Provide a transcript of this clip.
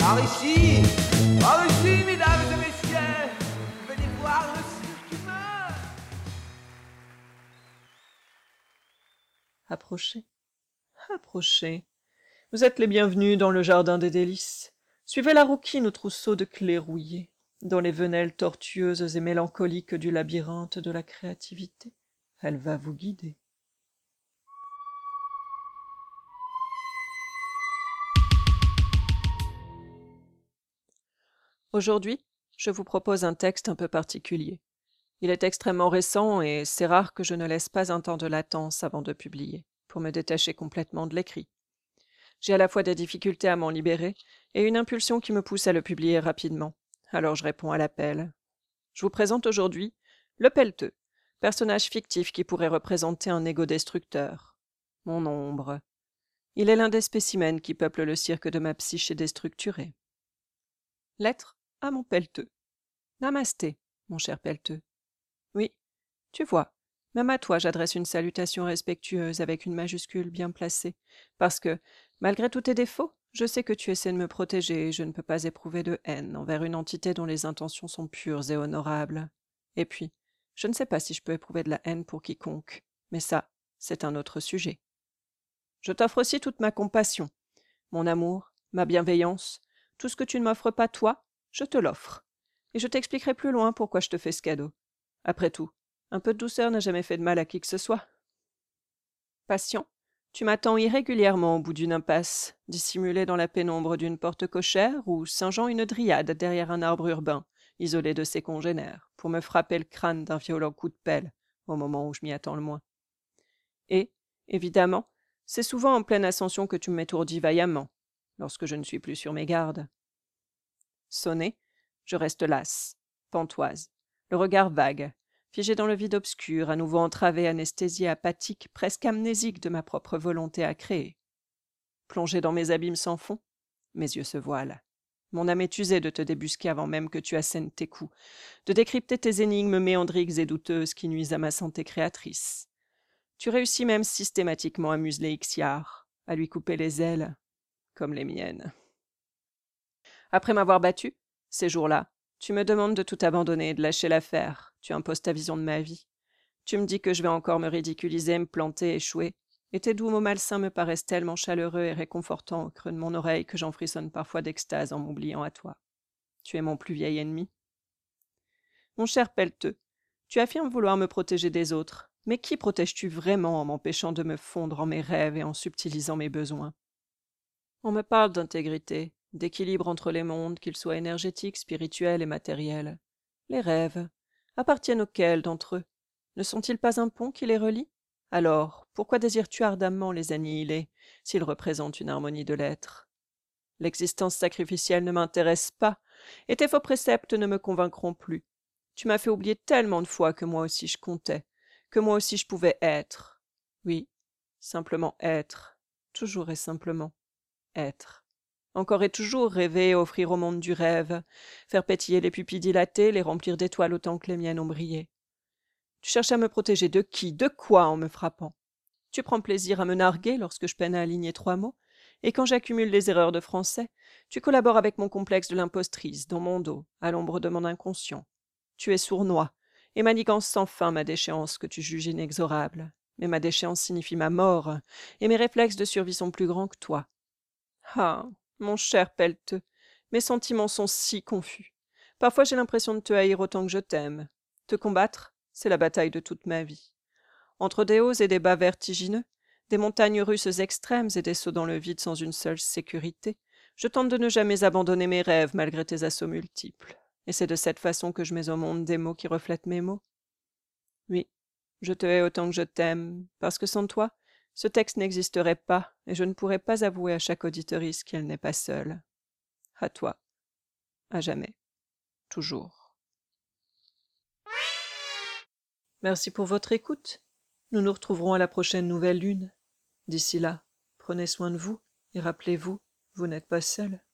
Par ici, mesdames et messieurs, venez voir le cirque humain. Approchez, approchez. Vous êtes les bienvenus dans le jardin des délices. Suivez la rouquine au trousseau de clés rouillées, dans les venelles tortueuses et mélancoliques du labyrinthe de la créativité. Elle va vous guider. Aujourd'hui, je vous propose un texte un peu particulier. Il est extrêmement récent et c'est rare que je ne laisse pas un temps de latence avant de publier, pour me détacher complètement de l'écrit. J'ai à la fois des difficultés à m'en libérer et une impulsion qui me pousse à le publier rapidement. Alors je réponds à l'appel. Je vous présente aujourd'hui le pelleteux, personnage fictif qui pourrait représenter un égo destructeur. Mon ombre. Il est l'un des spécimens qui peuplent le cirque de ma psyché déstructurée. Lettre à mon pelleteux. Namasté, mon cher pelleteux. Oui, tu vois, même à toi j'adresse une salutation respectueuse avec une majuscule bien placée, parce que, malgré tous tes défauts, je sais que tu essaies de me protéger et je ne peux pas éprouver de haine envers une entité dont les intentions sont pures et honorables. Et puis, je ne sais pas si je peux éprouver de la haine pour quiconque, mais ça, c'est un autre sujet. Je t'offre aussi toute ma compassion, mon amour, ma bienveillance, tout ce que tu ne m'offres pas toi, je te l'offre. Et je t'expliquerai plus loin pourquoi je te fais ce cadeau. Après tout, un peu de douceur n'a jamais fait de mal à qui que ce soit. Patient, tu m'attends irrégulièrement au bout d'une impasse, dissimulé dans la pénombre d'une porte cochère ou singeant une dryade derrière un arbre urbain, isolé de ses congénères, pour me frapper le crâne d'un violent coup de pelle, au moment où je m'y attends le moins. Et, évidemment, c'est souvent en pleine ascension que tu m'étourdis vaillamment, lorsque je ne suis plus sur mes gardes. Sonné, je reste lasse, pantoise, le regard vague, figé dans le vide obscur, à nouveau entravé, anesthésié, apathique, presque amnésique de ma propre volonté à créer. Plongé dans mes abîmes sans fond, mes yeux se voilent. Mon âme est usée de te débusquer avant même que tu assènes tes coups, de décrypter tes énigmes méandriques et douteuses qui nuisent à ma santé créatrice. Tu réussis même systématiquement à museler Ixiar, à lui couper les ailes, comme les miennes. Après m'avoir battu, ces jours-là, tu me demandes de tout abandonner et de lâcher l'affaire. Tu imposes ta vision de ma vie. Tu me dis que je vais encore me ridiculiser, me planter, échouer. Et tes doux mots malsains me paraissent tellement chaleureux et réconfortants au creux de mon oreille que j'en frissonne parfois d'extase en m'oubliant à toi. Tu es mon plus vieil ennemi. Mon cher pelleteux, tu affirmes vouloir me protéger des autres. Mais qui protèges-tu vraiment en m'empêchant de me fondre en mes rêves et en subtilisant mes besoins? On me parle d'intégrité, d'équilibre entre les mondes, qu'ils soient énergétiques, spirituels et matériels. Les rêves appartiennent auxquels d'entre eux? Ne sont-ils pas un pont qui les relie? Alors, pourquoi désires-tu ardemment les annihiler, s'ils représentent une harmonie de l'être? L'existence sacrificielle ne m'intéresse pas, et tes faux préceptes ne me convaincront plus. Tu m'as fait oublier tellement de fois que moi aussi je comptais, que moi aussi je pouvais être. Oui, simplement être, toujours et simplement être. Encore et toujours rêver, offrir au monde du rêve, faire pétiller les pupilles dilatées, les remplir d'étoiles autant que les miennes ont brillé. Tu cherches à me protéger de qui, de quoi en me frappant? Tu prends plaisir à me narguer lorsque je peine à aligner 3 mots, et quand j'accumule les erreurs de français, tu collabores avec mon complexe de l'impostrice, dans mon dos, à l'ombre de mon inconscient. Tu es sournois, et manigances sans fin ma déchéance que tu juges inexorable. Mais ma déchéance signifie ma mort, et mes réflexes de survie sont plus grands que toi. Ah, mon cher pelleteux, mes sentiments sont si confus. Parfois j'ai l'impression de te haïr autant que je t'aime. Te combattre, c'est la bataille de toute ma vie. Entre des hauts et des bas vertigineux, des montagnes russes extrêmes et des sauts dans le vide sans une seule sécurité, je tente de ne jamais abandonner mes rêves malgré tes assauts multiples. Et c'est de cette façon que je mets au monde des mots qui reflètent mes mots. Oui, je te hais autant que je t'aime, parce que sans toi, ce texte n'existerait pas, et je ne pourrais pas avouer à chaque auditorice qu'elle n'est pas seule. À toi, à jamais, toujours. Merci pour votre écoute. Nous nous retrouverons à la prochaine nouvelle lune. D'ici là, prenez soin de vous, et rappelez-vous, vous n'êtes pas seul.